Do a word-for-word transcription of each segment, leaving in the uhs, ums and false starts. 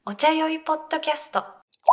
お茶酔いポッドキャスト。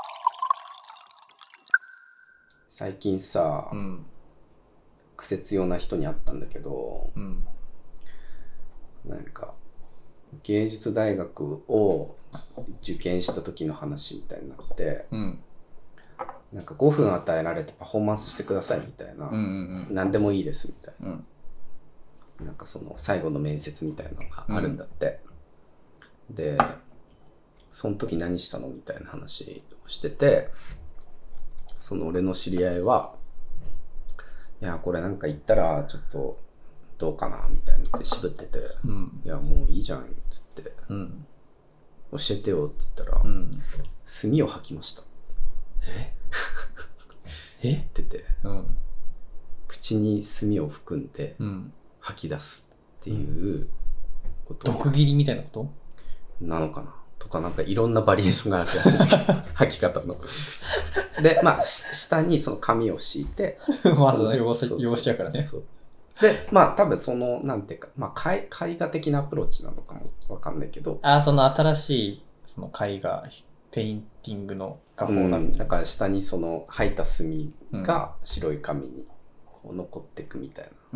最近さ、 うん、 癖強な人に会ったんだけど、 うん、 なんか芸術大学を受験した時の話みたいになって、 うん、 なんかごふん与えられてパフォーマンスしてくださいみたいな、 うんうんうん、 何でもいいですみたいな、 うん、 なんかその最後の面接みたいなのがあるんだって、うん、でその時何したのみたいな話をしてて、その俺の知り合いはいやこれなんか言ったらちょっとどうかなみたいなって渋ってて、 うん、 いやもういいじゃんっつって、 うん、 教えてよって言ったら、 うん、 炭を吐きましたええって言って、 うん、 口に炭を含んで吐き出すっていうことを、 毒斬りみたいなことなのかなとか、なんかいろんなバリエーションがあるらしい吐き方のでまあ下にその紙を敷いてまず洋紙やからね。 そうでまあ多分そのなんていうか、まあ、絵絵画的なアプローチなのかもわかんないけど、 あ、その新しいその絵画ペインティングの画法なん、 うん、だから下にその吐いた炭が白い紙にこう残っていくみたいな、 うん、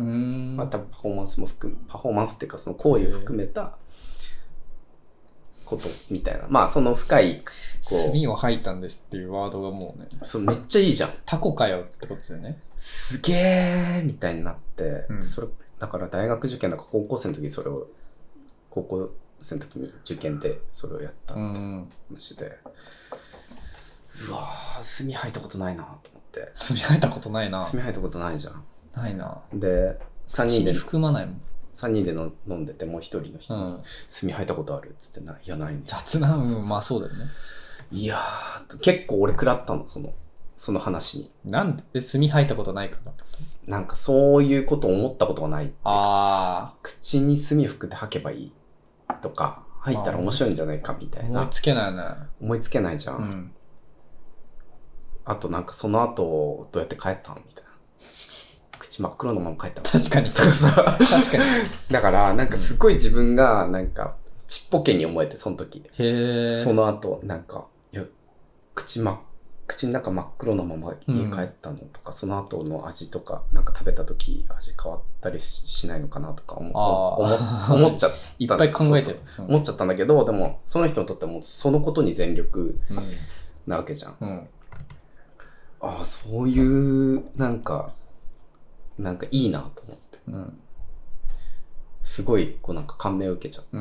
まあ、多分パフォーマンスも含むパフォーマンスっていうかその行為を含めたことみたいな、まあその深いこう炭を吐いたんですっていうワードがもうね、 そうめっちゃいいじゃん、 タコかよってことだよね。 すげーみたいになって、 うん、それだから大学受験だか高校生の時それを高校生の時に受験でそれをやった話で、うん、うわー炭吐いたことないなと思って。 炭吐いたことないな。 炭吐いたことないじゃん。 ないな。 でさんにんで含まないもん。 さんにんでの飲んでてもうひとりの人に、うん、炭吐いたことあるっつってな、いやないね。 雑な、うん、まあそうだよね。 いやー結構俺食らったのそのその話に。 なんで炭吐いたことないかな。 なんかそういうこと思ったことがないっていうか、 あ口に炭吹くて吐けばいいとか吐いたら面白いんじゃないかみたいな。 思いつけないね。 思いつけないじゃん。うん、あとなんかその後どうやって帰ったのみたいな。口真っ黒のまま帰ったの。 確かに。確かに。 だからなんかすごい自分がなんかちっぽけに思えてその時。 へー。 その後なんかいや口真っ口の中真っ黒のまま家帰ったのとか、うん、その後の味とかなんか食べた時味変わったり し, しないのかなとか思思っちゃったいっぱい考えてる。 そうそう、うん、思っちゃったんだけど、でもその人にとってはもうそのことに全力なわけじゃん、うんうん、ああそういうなんかなんかいいなと思って、うん、すごいこうなんか感銘を受けちゃって、うん、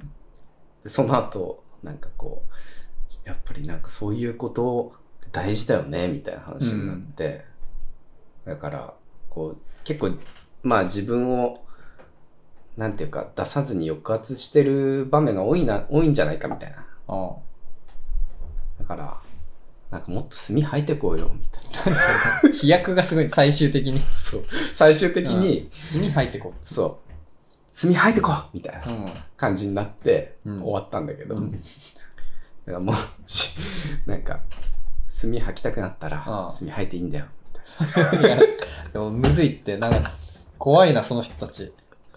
でその後なんかこうやっぱりなんかそういうことを大事だよねみたいな話になって、うん、だからこう結構まあ自分をなんていうか出さずに抑圧してる場面が多いな多いんじゃないかみたいな。ああだからなんかもっと炭吐いてこうよみたいな飛躍がすごい最終的にそう最終的に、 うん、炭吐いてこうそう炭吐いてこうみたいな感じになって、うん、終わったんだけど、うん、だからもうなんか炭吐きたくなったら炭吐いていいんだよみたいな。いやでもむずいってなんか怖いなその人たち。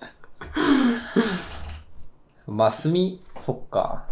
まあ炭そっか。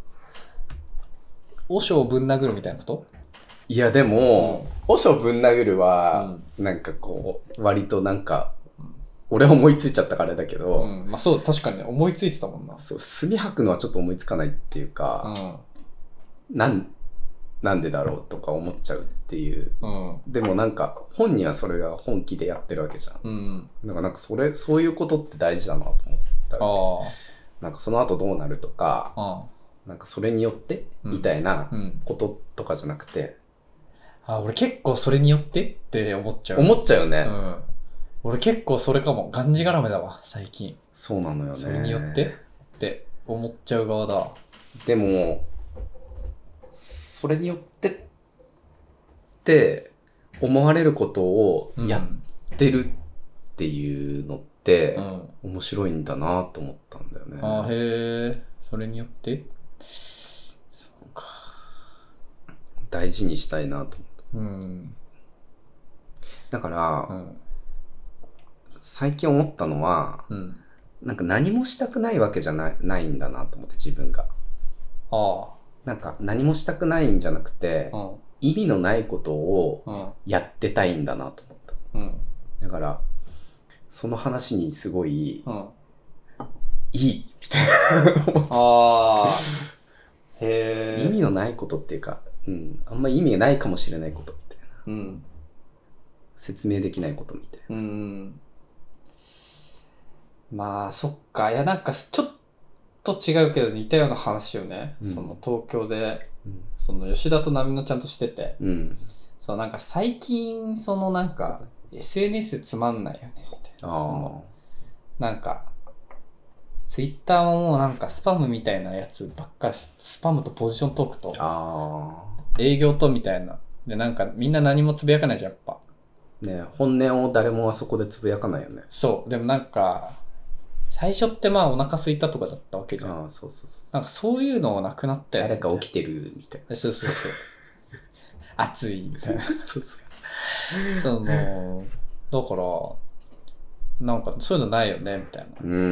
和尚をぶん殴るみたいなこと？ いやでも和尚、うん、ぶん殴るは、うん、なんかこう割となんか、うん、俺思いついちゃったからだけど、 うん、まあそう確かにね思いついてたもんな。 そう炭吐くのはちょっと思いつかないっていうか、うん、なんなんでだろうとか思っちゃうっていう、うん、でもなんか本人はそれが本気でやってるわけじゃん、うん、だからなんかそれそういうことって大事だなと思ったら、ね、なんかその後どうなるとか、あなんかそれによってみたいなこととかじゃなくて、 うんうん、あ俺結構それによってって思っちゃう。 思っちゃうよね、うん、 俺結構それかも。がんじがらめだわ最近。 そうなのよね。 それによってって思っちゃう側だ。 でもそれによってって思われることをやってるっていうのって、うん、面白いんだなと思ったんだよね。 あへえそれによってそうか大事にしたいなと思った、うん、だから、うん、最近思ったのは、うん、なんか何もしたくないわけじゃない、ないんだなと思って自分が。 ああなんか何もしたくないんじゃなくて、 うん、 意味のないことをやってたいんだなと思った。 うん、 だから、その話にすごい、 うん、 いいみたいな。 ああ。へえ。 意味のないことっていうか、うん、あんまり意味がないかもしれないことみたいな。 うん。 説明できないことみたいな。 うん。まあ、そっか。いや、なんか、ちょっと違うけど似たような話よね。うん、その東京で、うん、その吉田と波乃ちゃんとしてて、うん、そう、なんか最近、そのなんか、エスエヌエス つまんないよね、みたいな。あなんか、ツイッターももうなんかスパムみたいなやつばっかり、スパムとポジショントークと、あ営業とみたいな。で、なんかみんな何もつぶやかないじゃん、やっぱ。 ね、本音を誰もあそこでつぶやかないよね。 そう。でもなんか、最初ってまあお腹空いたとかだったわけじゃん。 ああ、そうそうそう。 なんかそういうのなくなったよね。誰か起きてるみたいな。 そうそうそう。暑いみたいな。 そうそう。 その、だから、なんかそういうのないよねみたいな。うん。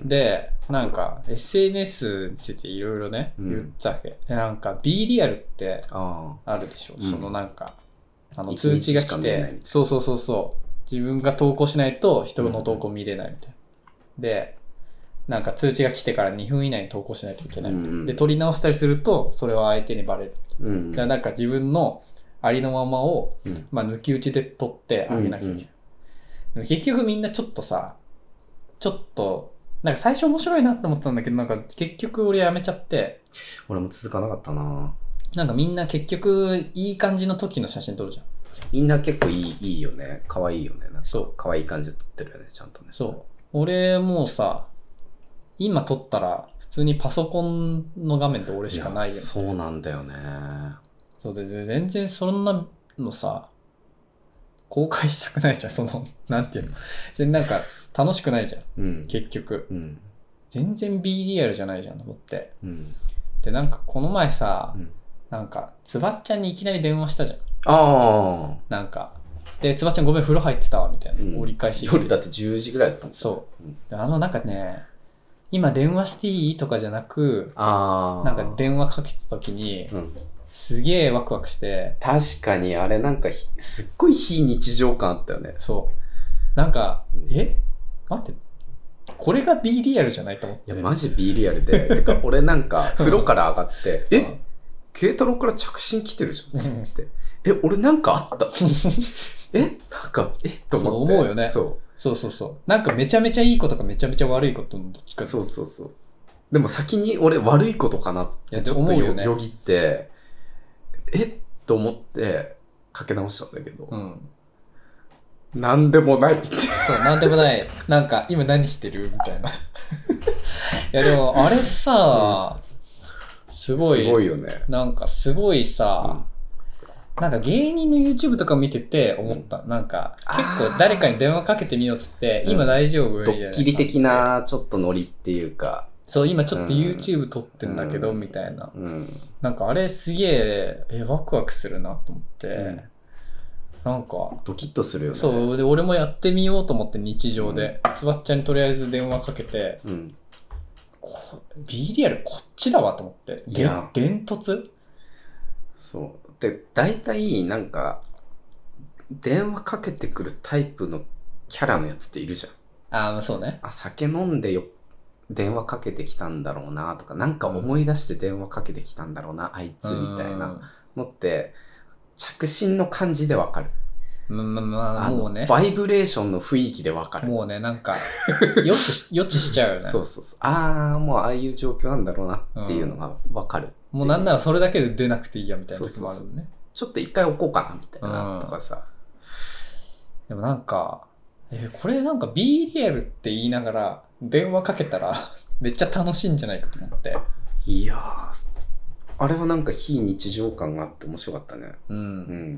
で、なんか エスエヌエス についていろいろね、うん、言ったわけ。なんか B リアルってあるでしょ。うん、そのなんか、あの通知が来て、そうそうそうそう。自分が投稿しないと人の投稿見れないみたいな。うん、で、なんか通知が来てからにふん以内に投稿しないといけないみたいな。うん、で、取り直したりすると、それは相手にバレる。うん、だからなんか自分のありのままを、うん、まあ抜き打ちで取ってあげなきゃいけない。うんうん、結局みんなちょっとさ、ちょっと、なんか最初面白いなって思ったんだけど、なんか結局俺やめちゃって。 俺も続かなかったな。 なんかみんな結局いい感じの時の写真撮るじゃん。 みんな結構いい、いいよね。可愛いよね。なんかそう。可愛い感じで撮ってるよね、ちゃんとね。 そう。俺もうさ、今撮ったら普通にパソコンの画面で俺しかないよね。 そうなんだよね。 そうで、全然そんなのさ、公開したくないじゃん、その、なんていうの。全然なんか楽しくないじゃん。うん、結局、うん。全然 B リアルじゃないじゃんと思って。うん、で、なんかこの前さ、うん、なんか、つばっちゃんにいきなり電話したじゃん。ああ。なんか、で、つばっちゃんごめん風呂入ってたわ、みたいな。うん、折り返し。 夜だってじゅうじぐらいだったもん。 そう。うん、あのなんかね、今電話していいとかじゃなく、あなんか電話かけた時に、うん、すげえワクワクして。 確かにあれなんかすっごい非日常感あったよね。 そう。なんか、うん、え待って、これが B リアルじゃないと思って。 いや、マジ B リアルで。てか俺なんか風呂から上がって、え慶太郎から着信来てるじゃんって。え、俺なんかあったえなんか、えと思って。 そう思うよね。そう。そうそうそう。なんかめちゃめちゃいいことかめちゃめちゃ悪いことのどっちか。 そうそうそう。でも先に俺悪いことかなってちょっとよ、ね、よぎって、えと思ってかけ直したんだけど。うん。なんでもないって。 そう、なんでもない。なんか今何してるみたいな。いやでもあれさ、うん、すごい。 すごいよね。 なんかすごいさ、うんなんか芸人の YouTube とか見てて思った。うん、なんか結構誰かに電話かけてみようっつって、今大丈夫みたいな。 ドッキリ的なちょっとノリっていうか。 そう、今ちょっと YouTube 撮ってんだけど、みたいな、うんうん。なんかあれすげえ、え、ワクワクするなと思って。うん、なんか。 ドキッとするよね。 そう。で、俺もやってみようと思って日常で。つばっちゃんにとりあえず電話かけて、うん、こ B リアルこっちだわと思って。いや。伝突そう。で、大体なんか、電話かけてくるタイプのキャラのやつっているじゃん。ああ、そうね。 あ、酒飲んでよ、電話かけてきたんだろうなとか、なんか思い出して電話かけてきたんだろうな、あいつみたいなのって、着信の感じでわかる。 まあまあまあ、もうね。 バイブレーションの雰囲気でわかる。 もうね、なんか、予知し、予知しちゃうよね。 そうそうそう。ああ、もうああいう状況なんだろうなっていうのがわかる。 もうなんならそれだけで出なくていいやみたいな時もあるね。そうそうそうちょっと一回置こうかなみたいな、うん、とかさ。 でもなんか、えー、これなんか B リアルって言いながら電話かけたらめっちゃ楽しいんじゃないかと思って。 いやー、あれはなんか非日常感があって面白かったね。うん。うん。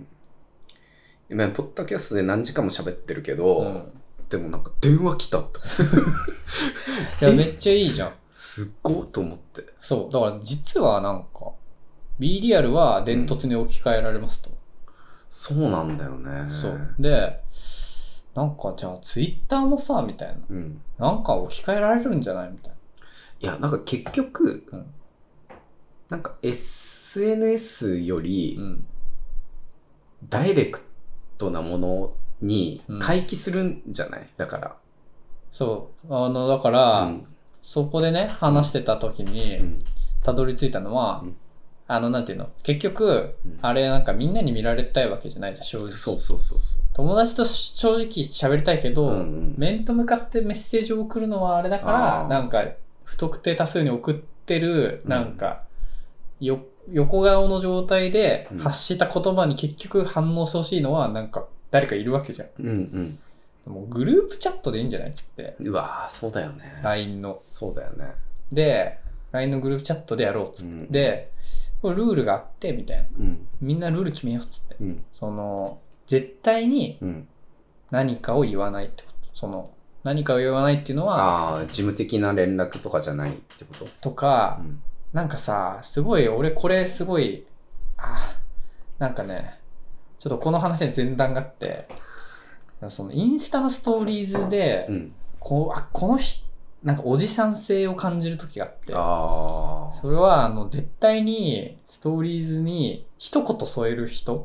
今、ポッドキャストで何時間も喋ってるけど、うん、でもなんか電話来たと。 いや、めっちゃいいじゃん。 すっごいと思って。 そう。だから実はなんか、B リアルは伝突に置き換えられますと、うん。 そうなんだよね。 そう。で、なんかじゃあツイッターもさ、みたいな。うん、なんか置き換えられるんじゃないみたいな。 いや、なんか結局、うん、 なんか エスエヌエス より、 うん、 ダイレクトなものに回帰するんじゃない、うん、だから。 そう。あの、だから、うん、そこでね、話してた時に、うん、たどり着いたのは、うん、あの、なんていうの結局、うん、あれなんかみんなに見られたいわけじゃないじゃん、正直。 そうそうそうそう。 友達と正直喋りたいけど、うんうん、面と向かってメッセージを送るのはあれだから、なんか、不特定多数に送ってる、なんか、うん、よ、横顔の状態で発した言葉に結局反応してほしいのは、なんか、誰かいるわけじゃん。 うんうん。 もうグループチャットでいいんじゃないっつって。 うわぁ、そうだよね。 ライン の。 そうだよね。 で、ライン のグループチャットでやろうっつって。うん、で、これルールがあって、みたいな、うん。みんなルール決めようっつって。うん、その、絶対に何かを言わないってこと。その、何かを言わないっていうのは。 ああ、事務的な連絡とかじゃないってこととか、うん、なんかさ、すごい、俺これすごい、あなんかね、ちょっとこの話に前段があって、そのインスタのストーリーズで、うん、こうあこの人なんかおじさん性を感じる時があって、あそれはあの絶対にストーリーズに一言添える人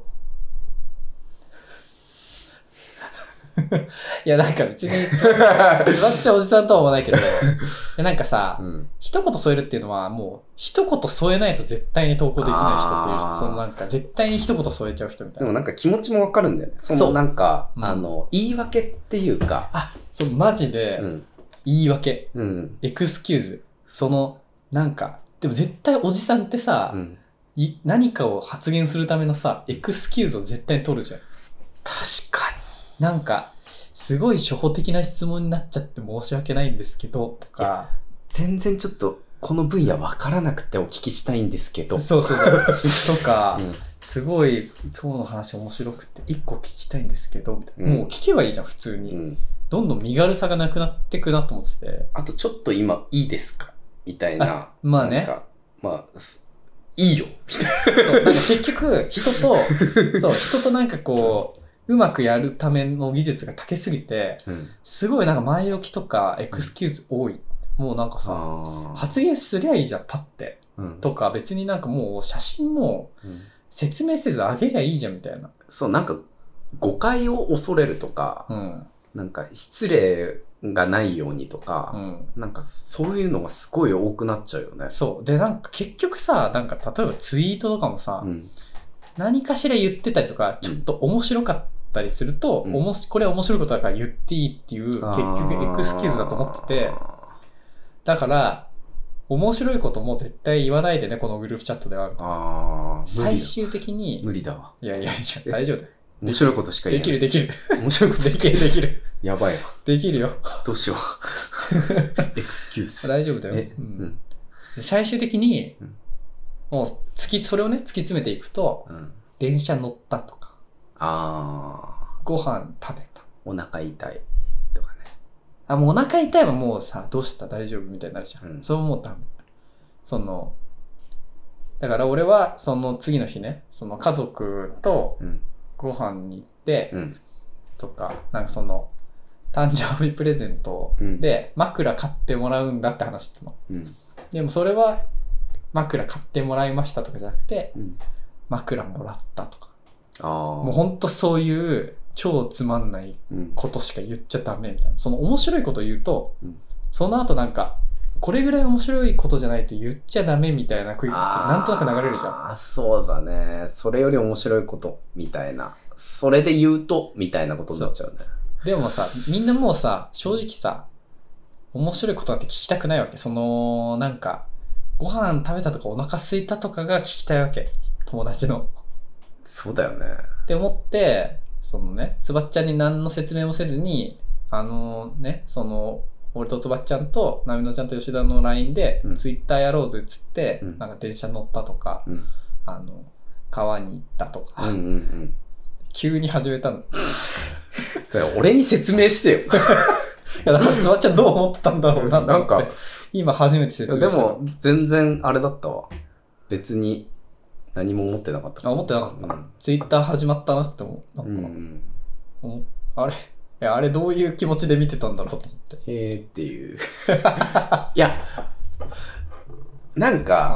いやなんか別につばっちゃおじさんとは思わないけどなんかさ、うん、一言添えるっていうのはもう一言添えないと絶対に投稿できない人っていう人、そのなんか絶対に一言添えちゃう人みたいな。 でもなんか気持ちもわかるんだよね。そのなんか、うん、あの言い訳っていうか、 あそうマジで、うん、言い訳、うん、エクスキューズ、そのなんかでも絶対おじさんってさ、うん、い何かを発言するためのさエクスキューズを絶対に取るじゃん。 確かに。 なんか、すごい初歩的な質問になっちゃって申し訳ないんですけど、とか。 全然ちょっと、この分野分からなくてお聞きしたいんですけど。 そうそうそう。とか、うん、すごい、今日の話面白くて、一個聞きたいんですけど、みたいな、うん、もう聞けばいいじゃん、普通に、うん。どんどん身軽さがなくなってくなと思ってて。 あと、ちょっと今、いいですかみたいな。 まあね。 なんか、まあ、いいよみたいな。 そう、なんか結局、人と、そう、人となんかこう、うまくやるための技術が長けすぎて、うん、すごいなんか前置きとかエクスキューズ多い。うん、もうなんかさ、発言すりゃいいじゃん、パッて。うん、とか別になんかもう写真も説明せずあげりゃいいじゃんみたいな。 そう、なんか誤解を恐れるとか、うん、なんか失礼がないようにとか、うん、なんかそういうのがすごい多くなっちゃうよね。 そう。で、なんか結局さ、なんか例えばツイートとかもさ、うん、何かしら言ってたりとか、ちょっと面白かった。たりすると、うん、おもしこれは面白いことだから言っていいっていう結局エクスキューズだと思ってて、だから面白いことも絶対言わないでねこのグループチャットでは。あ最終的に無理だわ。 いやいやいや大丈夫だよ。 面白いことしか言えない。 できるできる。 面白いことしかできるできる。 やばいわ。 できるよ。 どうしよう。エクスキューズ。 大丈夫だよ。うんうん、最終的に、うん、もう突きそれをね突き詰めていくと、うん、電車乗ったとか。ああ。ご飯食べた。 お腹痛いとかね。 あ、もうお腹痛いはもうさ、どうした大丈夫みたいになるじゃん。うん、そう思うとダメ。その、だから俺はその次の日ね、その家族とご飯に行って、うん、とか、なんかその、誕生日プレゼントで枕買ってもらうんだって話してたの。うん、でもそれは枕買ってもらいましたとかじゃなくて、うん、枕もらったとか。あもうほんとそういう超つまんないことしか言っちゃダメみたいな、うん、その面白いこと言うと、うん、その後なんかこれぐらい面白いことじゃないと言っちゃダメみたいな空気なんとなく流れるじゃん。 あそうだね。それより面白いことみたいな、それで言うとみたいなことになっちゃうね。 でもさみんなもうさ正直さ面白いことなんて聞きたくないわけ。そのなんかご飯食べたとかお腹空いたとかが聞きたいわけ、友達の。 そうだよね。 って思って、そのね、つばっちゃんに何の説明もせずに、あのね、その、俺とつばっちゃんと、なみのちゃんと吉田の ライン で、うん、ツイッターやろうぜっつって、うん、なんか電車乗ったとか、うん、あの、川に行ったとか、うんうんうん、急に始めたの。 俺に説明してよ。いや、だからつばっちゃんどう思ってたんだろうな。なんか、今初めて説明した。 でも、全然あれだったわ。別に、何も思ってなかった。 あ、思ってなかった。うん、ツイッター始まったなって思う。なんか、うんうん、あれいや、あれどういう気持ちで見てたんだろうと思って。 へーっていう。いや、なんか、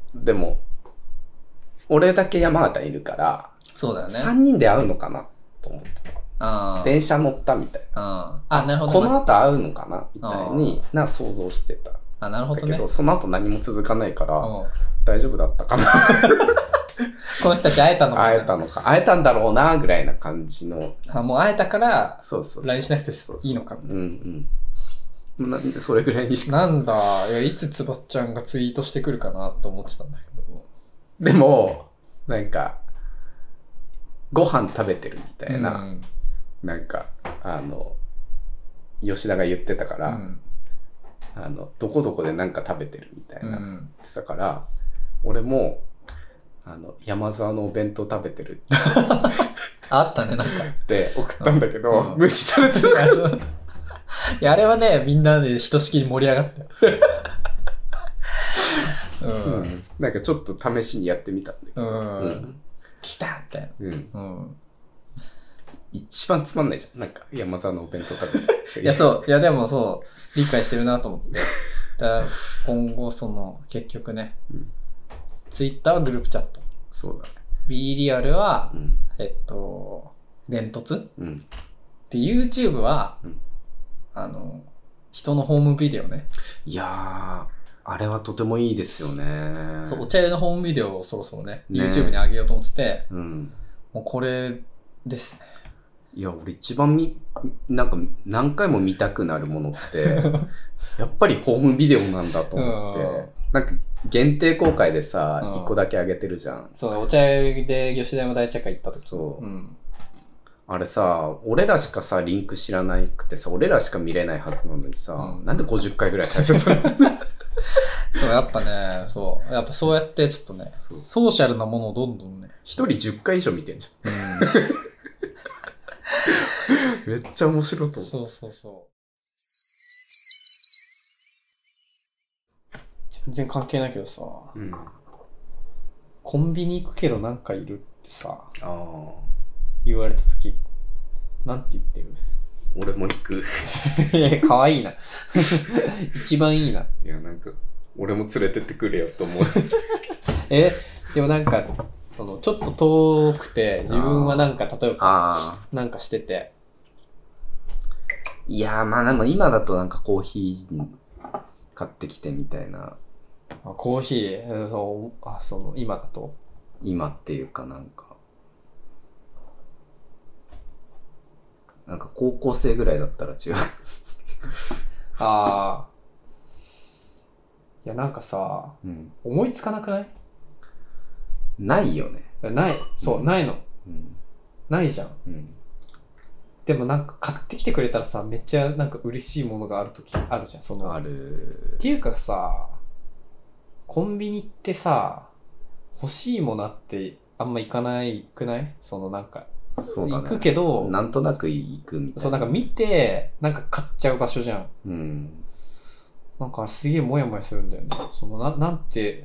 でも、俺だけ山形いるから、 そうだよね。 さんにんで会うのかなと思ってた。 あ電車乗ったみたいな。あ、なるほど、 この後会うのかなみたいにな想像してた。 あ、なるほどね。 だけど、その後何も続かないから、 うん、 大丈夫だったかな。 この人たち会えたのかな。 会えたのか。会えたんだろうな、ぐらいな感じの。 あ、もう会えたから、 そうそうそう。 ライン しなくていいのか。 うんうん。なんでそれぐらいにしか。 なんだ、いや、いつつばっちゃんがツイートしてくるかなと思ってたんだけど。 でも、なんか、ご飯食べてるみたいな、うん、なんか、あの、吉田が言ってたから、うん、あの、どこどこでなんか食べてるみたいな、言ってたから、うん、俺も、あの、山沢のお弁当食べてるって。 あったね、なんか。 で、送ったんだけど、うん、無視されてた。 いや、あれはね、みんなでひとしきり盛り上がったよ。 うんうん、なんかちょっと試しにやってみたんだけど。うんうん、 来たみたいな、うんうん。 一番つまんないじゃん。なんか山沢のお弁当食べて。 いや、そう。いや、でもそう、理解してるなと思って。だから今後、その、結局ね、うん、ツイッターはグループチャット。 そうだね。 B リアルは、うん、えっと、電突、うん、で、YouTube は、うん、あの、人のホームビデオね。 いやー、あれはとてもいいですよね。 そう、お茶屋のホームビデオをそろそろね、ね YouTube に上げようと思ってて、うん、もうこれですね。 いや、俺一番み、なんか何回も見たくなるものって、やっぱりホームビデオなんだと思って、うん、なんか限定公開でさ、一、うん、個だけ上げてるじゃん。 そう、お茶屋で吉田山大茶会行った時。 そう。うん、あれさ、俺らしかさ、リンク知らなくてさ、俺らしか見れないはずなのにさ、うん、なんでごじゅっかいぐらい再生されてるそう、やっぱね、そう。やっぱそうやってちょっとね、ソーシャルなものをどんどんね。 一人じゅっかい以上見てんじゃん。うん、めっちゃ面白いと思う。 そうそうそう。全然関係ないけどさ、うん、コンビニ行くけどなんかいるってさ、あ言われたとき、なんて言ってる？ 俺も行く。 かわいいな。一番いいな。 いや、なんか、俺も連れてってくれよと思う。 え、でもなんか、その、ちょっと遠くて、自分はなんか、例えば、なんかしてて。 いやー、まあでも今だとなんかコーヒー買ってきてみたいな。 あ、コーヒー、そう、あ、その、今だと今っていうかなんか、なんか高校生ぐらいだったら違う。 ああ。いや、なんかさ、うん、思いつかなくない？ ないよね。 ない。そう、うん、ないの、うん。ないじゃん、うん。でもなんか買ってきてくれたらさ、めっちゃなんか嬉しいものがあるときあるじゃん。その。 ある。 っていうかさ、コンビニってさ、欲しいものあってあんま行かないくない？そのなんか。 そうだね、 行くけどなんとなく行くみたいな。 そうなんか見てなんか買っちゃう場所じゃん。うん。なんかすげえモヤモヤするんだよね。そのななんて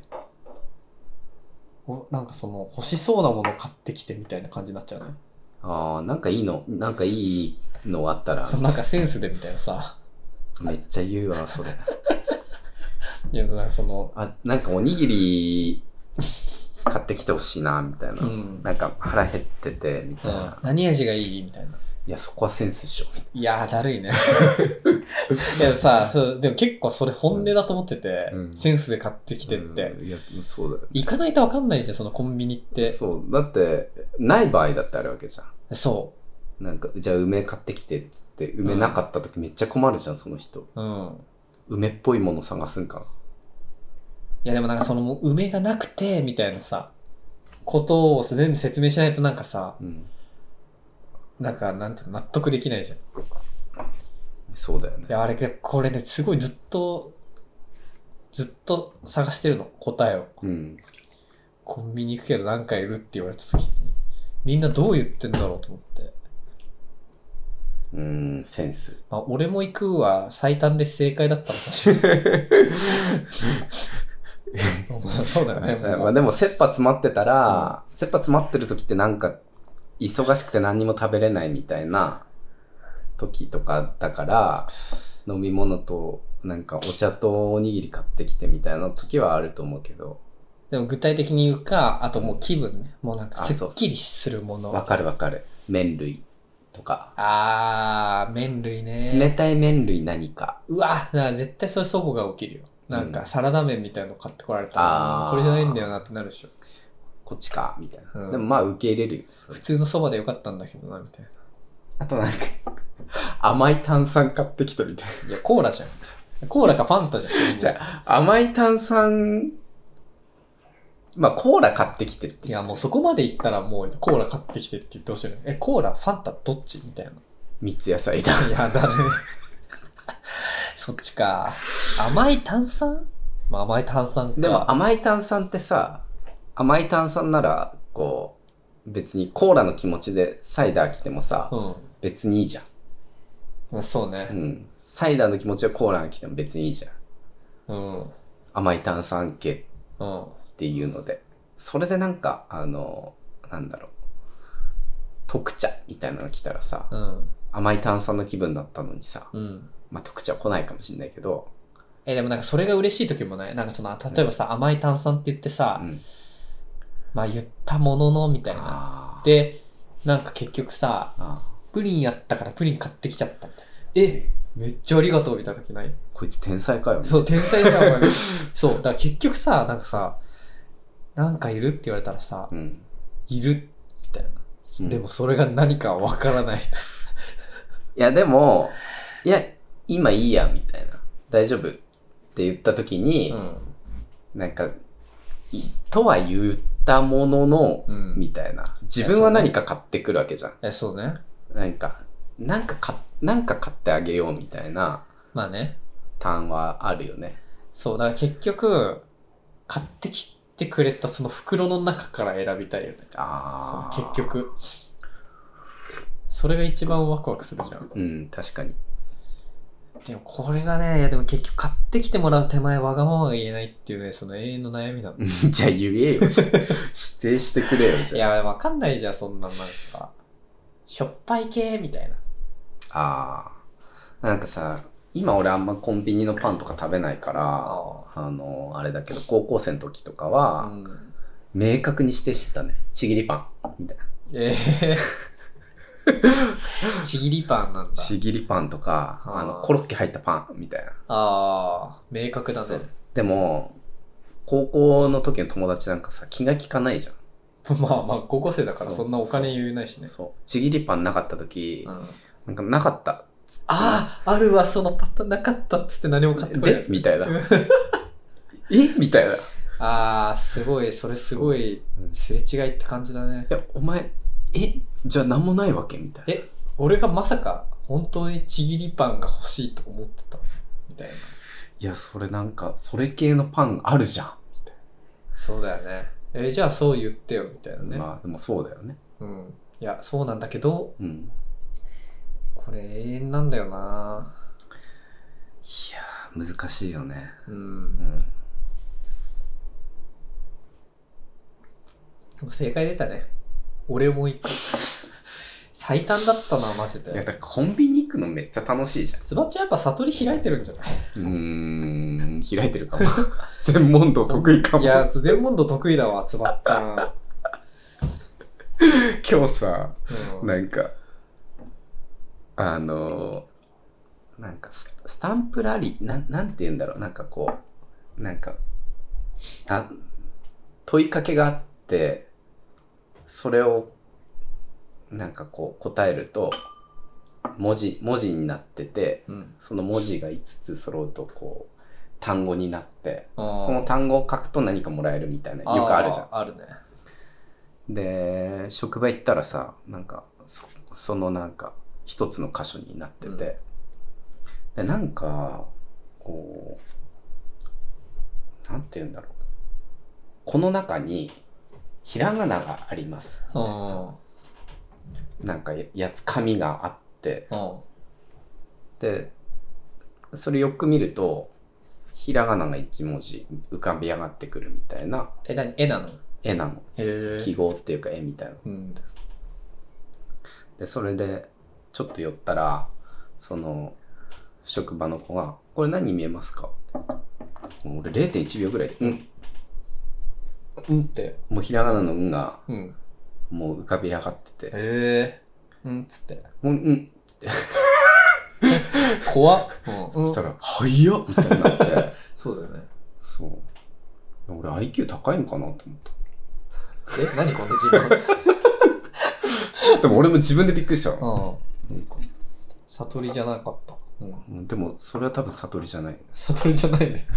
おなんかその欲しそうなものを買ってきてみたいな感じになっちゃうね。 ああ、なんかいいのなんかいいのあったら。 そうなんかセンスでみたいなさ。 めっちゃ言うわそれ。 いやなんかそのあなんかおにぎり。買ってきてほしいなみたいな、うん、なんか腹減っててみたいな、うん、 何味がいいみたいな。 いやそこはセンスっしょみたいな。 いやーだるいね。でもさそうでも結構それ本音だと思ってて、うん、センスで買ってきてって、うん、 いやそうだよ、ね、 行かないと分かんないじゃんそのコンビニって。 そうだってない場合だってあるわけじゃん。 そうなんかじゃあ梅買ってきてっつって梅なかった時めっちゃ困るじゃんその人、うん、梅っぽいもの探すんかな。 いやでもなんかその梅がなくてみたいなさことを全部説明しないとなんかさ、うん、なんかなんていうの納得できないじゃん。 そうだよね。 いやあれこれねすごいずっとずっと探してるの答えを、うん、コンビニ行くけど何かいるって言われた時にみんなどう言ってんだろうと思って。 うーんセンス。 まあ俺も行くは最短で正解だったのかもしれない。そうだよね。 まあでも切羽詰まってたら、うん、切羽詰まってる時ってなんか忙しくて何にも食べれないみたいな時とかだから飲み物となんかお茶とおにぎり買ってきてみたいな時はあると思うけど。 でも具体的に言うか、あともう気分ね。もうなんかすっきりするもの。 わかるわかる。麺類とか。 あー、麺類ね。 冷たい麺類何か。 うわ、だから絶対そういうそこが起きるよ。なんかサラダ麺みたいなの買ってこられたら、うん、これじゃないんだよなってなるでしょ。 こっちかみたいな、うん。でもまあ受け入れるよ。 普通のそばでよかったんだけどな、みたいな。 あとなんか、甘い炭酸買ってきたみたいな。 いや、コーラじゃん。コーラかファンタじゃん。 じゃあ、甘い炭酸、まあコーラ買ってきてって。 いや、もうそこまで言ったらもうコーラ買ってきてって言ってほしいの。え、コーラ、ファンタどっちみたいな。 三つ野菜だ。 いや、だる。そっちか。甘い炭酸、まあ、甘い炭酸か。 でも甘い炭酸ってさ、甘い炭酸なら、こう、別にコーラの気持ちでサイダー来てもさ、うん、別にいいじゃん。 まあ、そうね。 うん。サイダーの気持ちでコーラが来ても別にいいじゃん。うん。甘い炭酸系っていうので。うん、それでなんか、あの、なんだろう。特茶みたいなの来たらさ、うん、甘い炭酸の気分だったのにさ、うん、まあ特茶は来ないかもしれないけど。 え、でもなんかそれが嬉しい時もない。なんかその、例えばさ、うん、甘い炭酸って言ってさ、うん、まあ言ったものの、みたいな。で、なんか結局さ、プリンやったからプリン買ってきちゃったみたいな。え、めっちゃありがとうみたいな時ない？ こいつ天才かよ。 そう、天才だよ、お前。そう、だから結局さ、なんかさ、なんかいるって言われたらさ、うん、いるみたいな。うん、でもそれが何かわからない。いや、でも、いや、今いいや、みたいな。大丈夫って言った時に、うん、なんか、とは言ったものの、うん、みたいな。自分は何か買ってくるわけじゃん。 え、そうね。 なんか、なんか買、なんか買ってあげようみたいな。 まあね。 ターンはあるよね。 そう、だから結局、買ってきてくれたその袋の中から選びたいよね。ああ。結局。それが一番ワクワクするじゃん。 うん、確かに。 でもこれがね、いやでも結局買ってきてもらう手前わがままが言えないっていうね、その永遠の悩みなんだ。 じゃあ言えよ。指定してくれよ、じゃあ。いや、わかんないじゃん、そんなんなんか。しょっぱい系みたいな。 ああ。なんかさ、今俺あんまコンビニのパンとか食べないから、あ, あの、あれだけど、高校生の時とかは、うん、明確に指定してたね。ちぎりパン。みたいな。ええー。 ちぎりパンなんだ。 ちぎりパンとか、あの、コロッケ入ったパン、みたいな。 ああ、明確だね。 でも、高校の時の友達なんかさ、気が利かないじゃん。まあまあ、高校生だからそんなお金言えないしね。 そう。そうちぎりパンなかった時、うん、なんかなかった。 ああ、あるわ、そのパターンなかったっつって何も買ってこない。 えみたいな。えみたいな。 ああ、すごい、それすごい、すれ違いって感じだね。 いや、お前、えじゃあ何もないわけみたいな。 え俺がまさか本当にちぎりパンが欲しいと思ってたみたいな。 いや、それなんか、それ系のパンあるじゃんみたいな。 そうだよね。えじゃあそう言ってよみたいなね。 まあでもそうだよね。 うん。いや、そうなんだけど、うん、これ永遠なんだよな。 いやー、難しいよね。うん。うん、 でも正解出たね。俺も行く。最短だったな、マジで。 いや、だからコンビニ行くのめっちゃ楽しいじゃん。 つばっちゃんやっぱ悟り開いてるんじゃない？ うーん、開いてるかも。全問答得意かも。 いや、全問答得意だわ、つばっちゃん。 今日さ、うん、なんか、あの、なんかス、スタンプラリー、なん、なんて言うんだろう、なんかこう、なんか、あ、問いかけがあって、それを、なんかこう答えると、文字、文字になってて、うん、その文字がいつつ揃うとこう、単語になって、その単語を書くと何かもらえるみたいな、よくあるじゃん。 あるね。 で、職場行ったらさ、なんか、そ, そのなんか、一つの箇所になってて、うん、で、なんか、こう、なんて言うんだろう。この中に、ひらがながあります。なんかやつ、紙があって、で、それよく見ると、ひらがなが一文字浮かび上がってくるみたいな。 え、何？絵なの？ 絵なの。へー。記号っていうか絵みたいな。うん、で、それで、ちょっと寄ったら、その、職場の子が、これ何に見えますか？俺 れいてんいちびょうぐらいで、うん。 うんってもうひらがなのうんがうんもう浮かび上がってて、 へえうんっつってもううんっつって怖っ、うん、 そしたら早っみたいになってそうだよね。 そう俺 アイキュー 高いのかなと思った。 え何この自分でも俺も自分でびっくりしたわ。 うん。 なんか悟りじゃなかった。 うん、でもそれは多分悟りじゃない。 悟りじゃないね。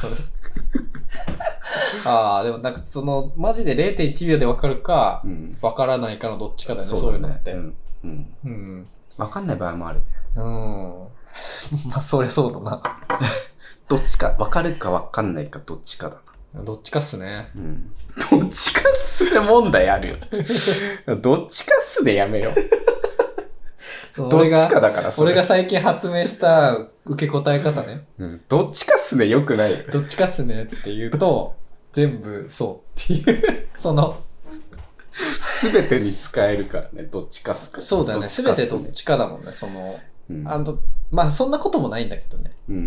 ああ、でもなんかそのマジで れいてんいちびょうで分かるか、うん、分からないかのどっちかだよね。そういうのって。うん。うん。うん、分かんない場合もあるね。 うん。まあそりゃそうだな。 どっちか分かるか分かんないかどっちかだな。どっちかっすね。 うん。どっちかっすで問題あるよ。どっちかっすでやめよう。どっちかだからそれ。 俺が最近発明した受け答え方ね。 うん。どっちかっすねよくないよ。 どっちかっすねって言うと、全部そうっていう、その、 すべてに使えるからね、どっちかっすか。 そうだよね。すべてどっちかだもんね、その、うん、あの、まあそんなこともないんだけどね。うん。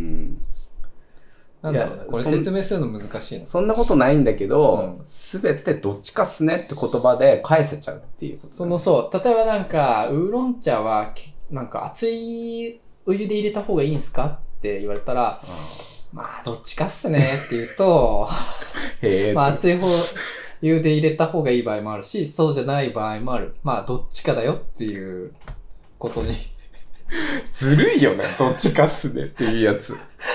なんだろうね。これ説明するの難しいの。 そんなことないんだけど、すべ、うん、てどっちかっすねって言葉で返せちゃうっていうこと、ね。 そのそう、例えばなんか、ウーロン茶は、なんか熱いお湯で入れた方がいいんすかって言われたら、うん、まあどっちかっすねって言うと、へまあ熱い方、湯で入れた方がいい場合もあるし、そうじゃない場合もある。まあどっちかだよっていうことに。 ずるいよね、どっちかっすねっていうやつ。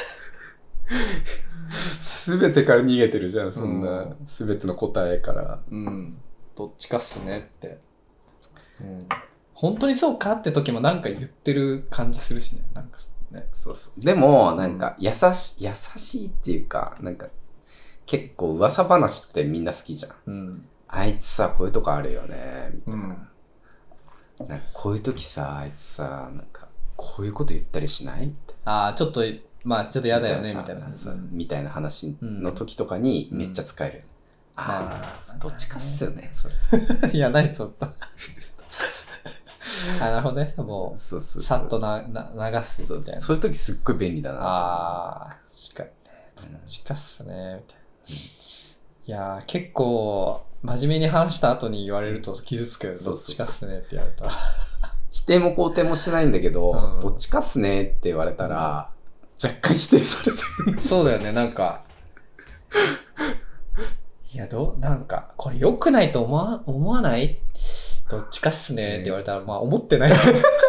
すべてから逃げてるじゃん、そんな、すべての答えから。 うん。どっちかっすねって。うん。本当にそうかって時もなんか言ってる感じするしね。なんかね。 そうそう。でも、なんか、優し、優しいっていうか、なんか、結構噂話ってみんな好きじゃん。うん。あいつさ、こういうとこあるよね、みたいな。うん、なんかこういう時さ、あいつさ、なんか、こういうこと言ったりしないみたいな。ああ、ちょっと、まあちょっと嫌だよねみたいな、 みたいな話の時とかにめっちゃ使える。うん、ああ、どっちかっすよね、それ。 いや、何そんな。あ、なるほどね。もう、そうそうそうさっとなな流すみたいな。そうそうそういう時すっごい便利だな。 ああ、確かにね。どっちかっすね、みたいな。うん、いやー、結構、真面目に話した後に言われると傷つくよ。どっちかっすねって言われたら。 否定も肯定もしないんだけど、うん、どっちかっすねって言われたら、若干否定されてる。 そうだよね、なんか。いや、どう、なんか、これ良くないと思わ、思わないどっちかっすねって言われたら、まあ思ってない。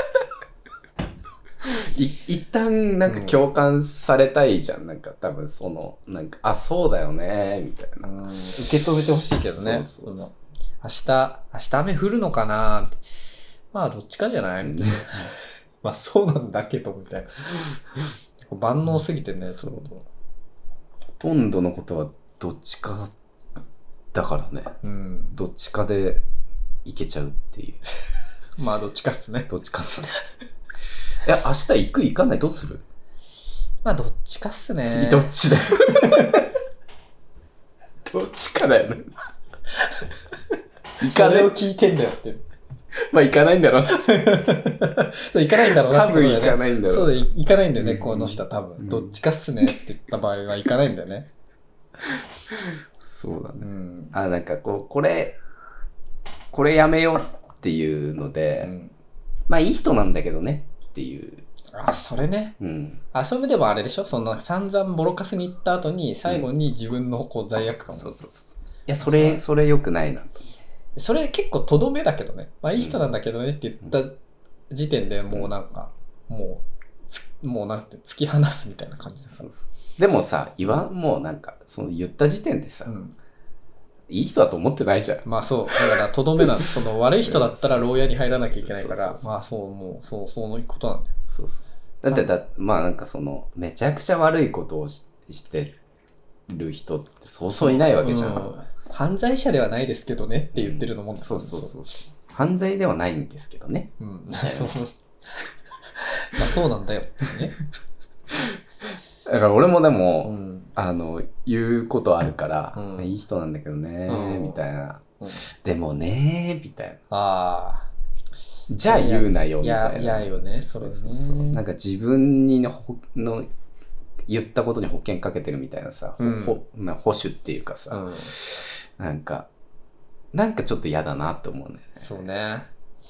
い一旦なんか共感されたいじゃん。うん、なんか多分その、なんか、あ、そうだよね、みたいな。 受け止めてほしいけどね。そうそうそう。明日、明日雨降るのかなって。まあどっちかじゃないみたいな。まあそうなんだけど、みたいな。万能すぎてね、 そう。ほとんどのことはどっちかだからね。うん。どっちかでいけちゃうっていう。 まあどっちかっすね。 どっちかっすね。いや、明日行く行かないどうする？ まあどっちかっすね。 どっちだよ。どっちかだよね。 行かない。それを聞いてんだよって。 まあ行かないんだろう。 そう、行かないんだろうなってことだよね。 多分行かないんだろう。 そうだ、行かないんだよね、うん、この人は多分、うん。どっちかっすねって言った場合は行かないんだよね。 そうだね。うん、あ、なんかこう、これ、これやめようっていうので、うん、まあいい人なんだけどねっていう。 あ、それね。うん。あ、それでもあれでしょ、そんな散々ボロカスに行った後に、最後に自分のこう罪悪感を、うん。そうそうそう。いや、それ、それ良くないなと。 それ結構とどめだけどね。まあいい人なんだけどねって言った時点でもうなんか、もう、もうなんて突き放すみたいな感じです。 そうそう。でもさ、言わん、もうなんか、その言った時点でさ、うん、いい人だと思ってないじゃん。 まあそう。だからとどめなんです。その悪い人だったら牢屋に入らなきゃいけないから、まあそう、もう、そう、そういうことなんだよ。 そうそう。だってだ、まあなんかその、めちゃくちゃ悪いことを し, してる人ってそうそういないわけじゃん。うん、 犯罪者ではないですけどねって言ってるのも、うん、 そうそうそう。犯罪ではないんですけどね。うん。そうまあそうなんだよってね。 だから俺もでも、うん、あの、言うことあるから、うん、いい人なんだけどね、うん、みたいな。うん、でもね、みたいな。ああ。じゃあ言うなよ、みたいな。 いや、いやよね、それね。そうそうそう。 なんか自分にの、の言ったことに保険かけてるみたいなさ、うん、ほな保守っていうかさ、うん、 なんか、なんかちょっと嫌だなって思うね。 そうね。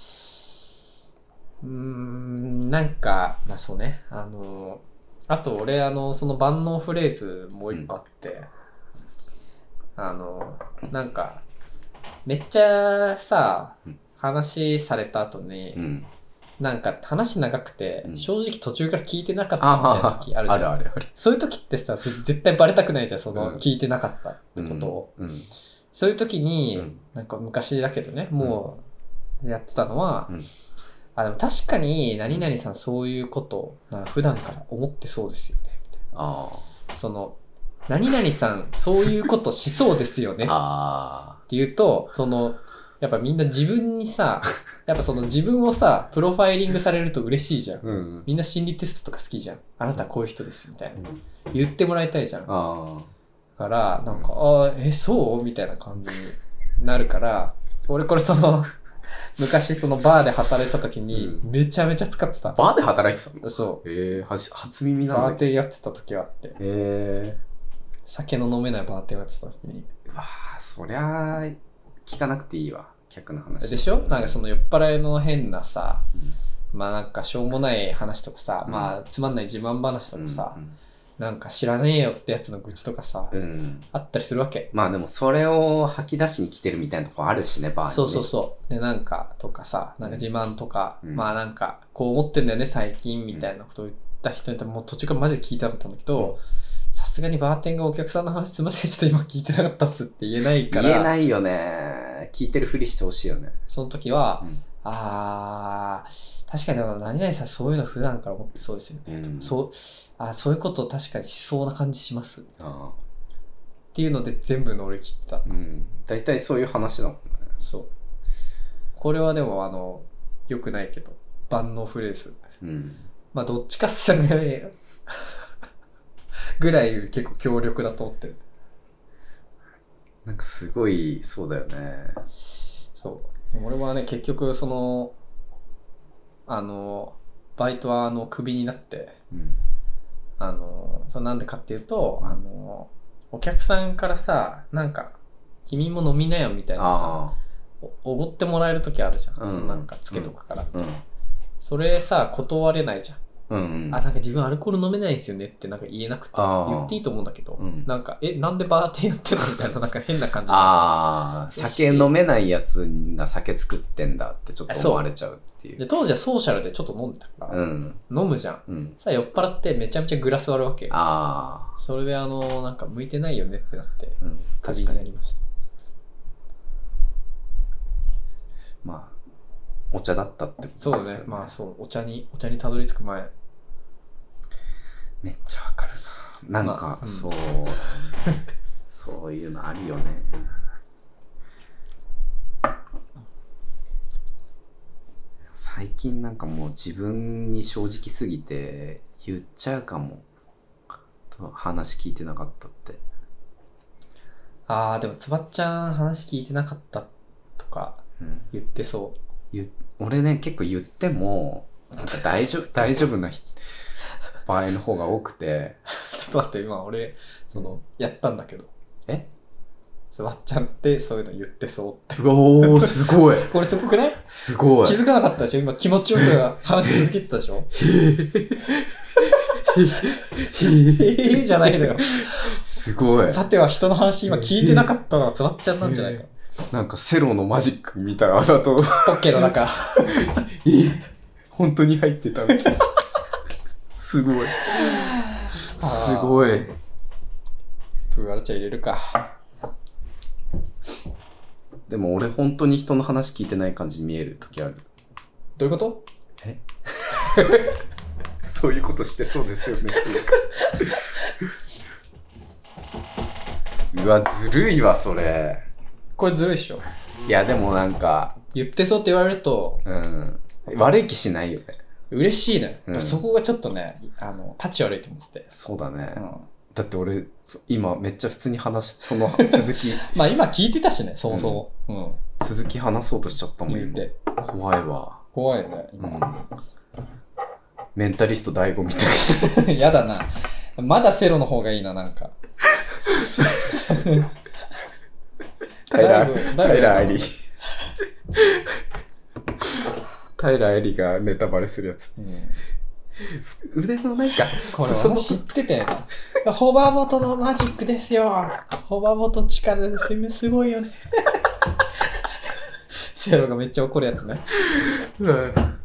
うーん、なんか、まあそうね。あの、あと俺、あの、その万能フレーズもう一個あって、うん、あの、なんか、めっちゃさ、話された後に、うん、なんか話長くて、うん、正直途中から聞いてなかったみたいな時あるじゃん。あるあるある。そういう時ってさ、絶対バレたくないじゃん、その、うん、聞いてなかったってことを。うんうん、そういう時に、うん、なんか昔だけどね、もうやってたのは、うん、あ、でも確かに何々さんそういうことなんか普段から思ってそうですよねみたいな。あその何々さんそういうことしそうですよねって言うと、そのやっぱみんな自分にさ、やっぱその自分をさプロファイリングされると嬉しいじゃん。うん、みんな心理テストとか好きじゃん。あなたこういう人ですみたいな、うん、言ってもらいたいじゃん。あだからなんか、うん、あえそうみたいな感じになるから、俺これその昔そのバーで働いた時にめちゃめちゃ使ってた。 バーで働いてたの？ そう。 へえー、初耳なんだ。 バーテンやってた時があって。へえー。酒の飲めないバーテンやってた時に。 わあ、そりゃあ聞かなくていいわ。客の話。 でしょ？なんかその酔っ払いの変なさ、うん、まあなんかしょうもない話とかさ、うん、まあつまんない自慢話とかさ、うんうん、なんか知らねえよってやつの愚痴とかさ、うん、あったりするわけ。 まあでもそれを吐き出しに来てるみたいなとこあるしね、バーに、ね。 そうそうそう。で、なんかとかさ、なんか自慢とか、うん、まあなんかこう思ってんだよね最近みたいなことを言った人にもう途中からマジで聞いたんだったんだけど、さすがにバーテンがお客さんの話すいませんちょっと今聞いてなかったっすって言えないから。 言えないよね。聞いてるふりしてほしいよね。 その時は、うん、あー、確かに何々さんそういうの普段から思ってそうですよね。うん、そうあそういうこと確かにしそうな感じします。あっていうので全部乗り切ってた。 うん。大体そういう話だもんね。 そう。これはでもあの良くないけど万能フレーズ。うん、まあどっちかっすねぐらい結構強力だと思ってる。 なんかすごいそうだよね。 そう。俺はね結局そのあのバイトはあのクビになって。うんあの、それなんでかっていうと、あの、お客さんからさ、なんか、君も飲みなよみたいなさ、おごってもらえるときあるじゃん。うん、そのなんかつけとくから、うん。それさ、断れないじゃん。うんうん、あ、なんか自分アルコール飲めないんですよねってなんか言えなくて、言っていいと思うんだけど、うん、なんか、え、なんでバーテンやってんのみたいな、なんか変な感じで。 ああ、酒飲めないやつが酒作ってんだってちょっと思われちゃうっていう。 で当時はソーシャルでちょっと飲んでたから、うん、飲むじゃん。うん、さあ酔っ払ってめちゃめちゃグラス割るわけ。ああ。それであの、なんか向いてないよねってなって、うん、クビになりました。 まあ、お茶だったってことですよね。そうね。まあそう、お茶に、お茶にたどり着く前。 めっちゃわかるな。なんか、まあうん、そう、そういうのあるよね。最近なんかもう自分に正直すぎて言っちゃうかも。と話聞いてなかったって。 ああ、でもつばっちゃん話聞いてなかったとか言ってそう。 うん、俺ね、結構言っても、なんか大丈夫、大丈夫な場合の方が多くて。 ちょっと待って、今俺、その、やったんだけど。 えつばっちゃんってそういうの言ってそうって。 おー、すごい。 これすごくない？ すごい。 気づかなかったでしょ？今気持ちよく話し続けてたでしょ？へへじゃないのよ。 すごい。 さては人の話今聞いてなかったのはつばっちゃんなんじゃないか。 なんかセロのマジックみたいなあだと。 ポッケの中。 本当に入ってたみたいな。すごい。すごい。 プーアル茶入れるか。 でも俺本当に人の話聞いてない感じに見える時ある。 どういうこと？ えそういうことしてそうですよね。うわ、ずるいわ、それ。 これずるいっしょ。 いや、でもなんか。 言ってそうって言われると。 うん。悪い気しないよね。 嬉しいね。うん、そこがちょっとね、あの、タッチ悪いと思ってて。 そうだね。うん、だって俺、今めっちゃ普通に話し、その続き。 まあ今聞いてたしね、そもそも。うん。うん、 続き話そうとしちゃったもん、 言うて。 怖いわ。 怖いよね、今。うん、 メンタリスト大悟みたいな。 やだな。まだセロの方がいいな、なんか。 タイラー、 だいぶタイラー・アイリだいタイラー・アイリがネタバレするやつ。 ぶ腕のなんか、 これ裾の私知ってて、ホバーボトのマジックですよ。ホバーボト力ですすごいよね。セロがめっちゃ怒るやつね。 うん